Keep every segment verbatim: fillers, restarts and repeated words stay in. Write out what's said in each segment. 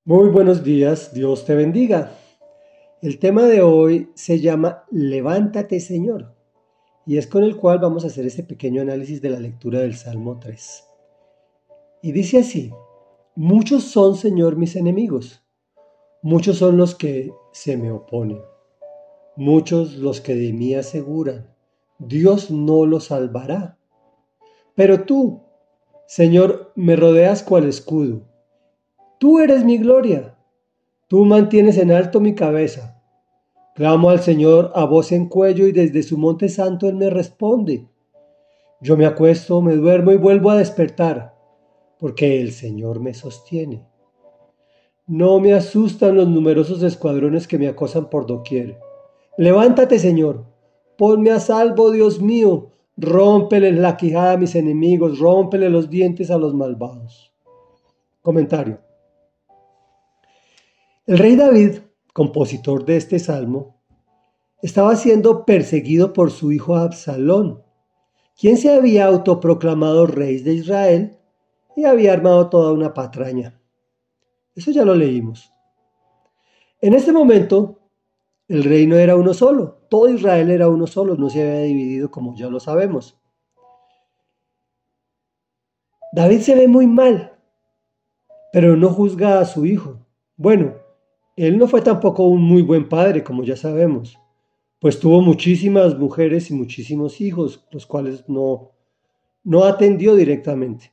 Muy buenos días, Dios te bendiga. El tema de hoy se llama Levántate, Señor, y es con el cual vamos a hacer este pequeño análisis de la lectura del Salmo tres. Y dice así: muchos son, Señor, mis enemigos, muchos son los que se me oponen, muchos los que de mí aseguran, Dios no los salvará. Pero tú, Señor, me rodeas cual escudo, tú eres mi gloria, tú mantienes en alto mi cabeza. Clamo al Señor a voz en cuello y desde su monte santo Él me responde. Yo me acuesto, me duermo y vuelvo a despertar, porque el Señor me sostiene. No me asustan los numerosos escuadrones que me acosan por doquier. Levántate, Señor, ponme a salvo, Dios mío, rómpele la quijada a mis enemigos, rómpele los dientes a los malvados. Comentario. El rey David, compositor de este salmo, estaba siendo perseguido por su hijo Absalón, quien se había autoproclamado rey de Israel y había armado toda una patraña. Eso ya lo leímos. En este momento, el reino era uno solo, todo Israel era uno solo, no se había dividido como ya lo sabemos. David se ve muy mal, pero no juzga a su hijo. Bueno, él no fue tampoco un muy buen padre, como ya sabemos, pues tuvo muchísimas mujeres y muchísimos hijos, los cuales no, no atendió directamente.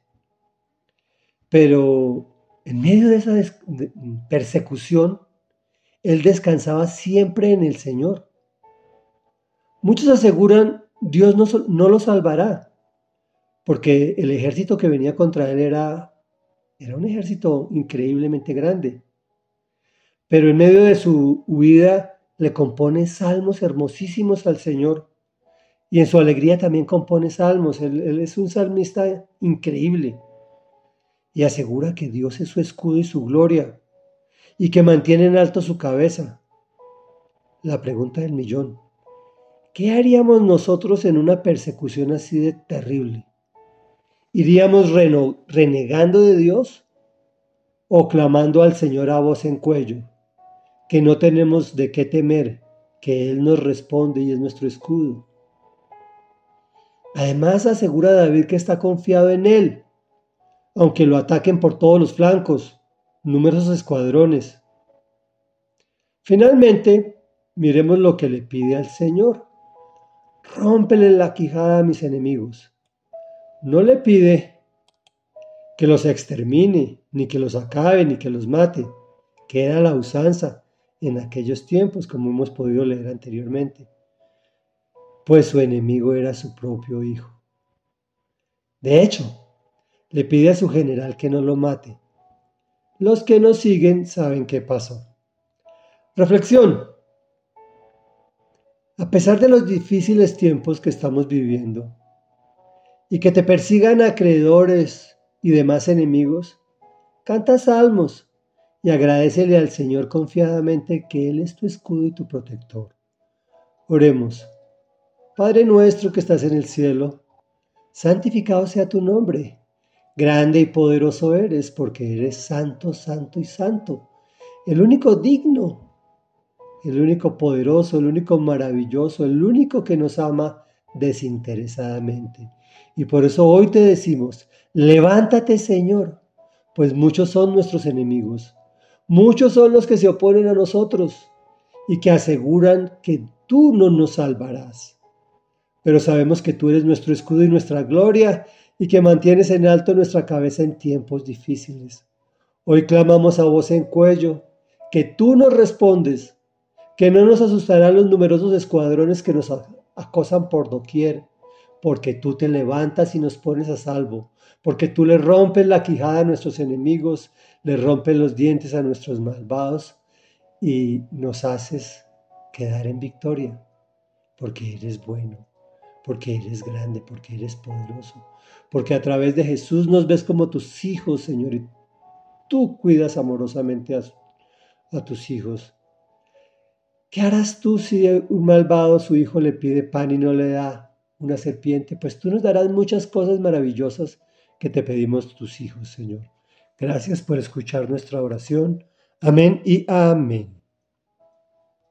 Pero en medio de esa des- de- persecución, él descansaba siempre en el Señor. Muchos aseguran, Dios no, sol- no lo salvará, porque el ejército que venía contra él era, era un ejército increíblemente grande. Pero en medio de su huida le compone salmos hermosísimos al Señor. Y en su alegría también compone salmos. Él, él es un salmista increíble. Y asegura que Dios es su escudo y su gloria, y que mantiene en alto su cabeza. La pregunta del millón: ¿qué haríamos nosotros en una persecución así de terrible? ¿Iríamos reno- renegando de Dios o clamando al Señor a voz en cuello, que no tenemos de qué temer, que Él nos responde y es nuestro escudo? Además asegura David que está confiado en Él, aunque lo ataquen por todos los flancos, numerosos escuadrones. Finalmente, miremos lo que le pide al Señor. Rómpele la quijada a mis enemigos. No le pide que los extermine, ni que los acabe, ni que los mate, que era la usanza en aquellos tiempos, como hemos podido leer anteriormente, pues su enemigo era su propio hijo. De hecho, le pide a su general que no lo mate. Los que nos siguen saben qué pasó. Reflexión. A pesar de los difíciles tiempos que estamos viviendo y que te persigan acreedores y demás enemigos, canta salmos y agradécele al Señor confiadamente que Él es tu escudo y tu protector. Oremos. Padre nuestro que estás en el cielo, santificado sea tu nombre. Grande y poderoso eres, porque eres santo, santo y santo, el único digno, el único poderoso, el único maravilloso, el único que nos ama desinteresadamente. Y por eso hoy te decimos: levántate, Señor, pues muchos son nuestros enemigos, muchos son los que se oponen a nosotros y que aseguran que tú no nos salvarás. Pero sabemos que tú eres nuestro escudo y nuestra gloria, y que mantienes en alto nuestra cabeza en tiempos difíciles. Hoy clamamos a voz en cuello que tú nos respondes, que no nos asustarán los numerosos escuadrones que nos acosan por doquier, porque tú te levantas y nos pones a salvo, porque tú le rompes la quijada a nuestros enemigos, le rompes los dientes a nuestros malvados y nos haces quedar en victoria, porque eres bueno, porque eres grande, porque eres poderoso, porque a través de Jesús nos ves como tus hijos, Señor, y tú cuidas amorosamente a, a tus hijos. ¿Qué harás tú si un malvado su hijo le pide pan y no le da una serpiente? Pues tú nos darás muchas cosas maravillosas que te pedimos tus hijos, Señor. Gracias por escuchar nuestra oración. Amén y amén.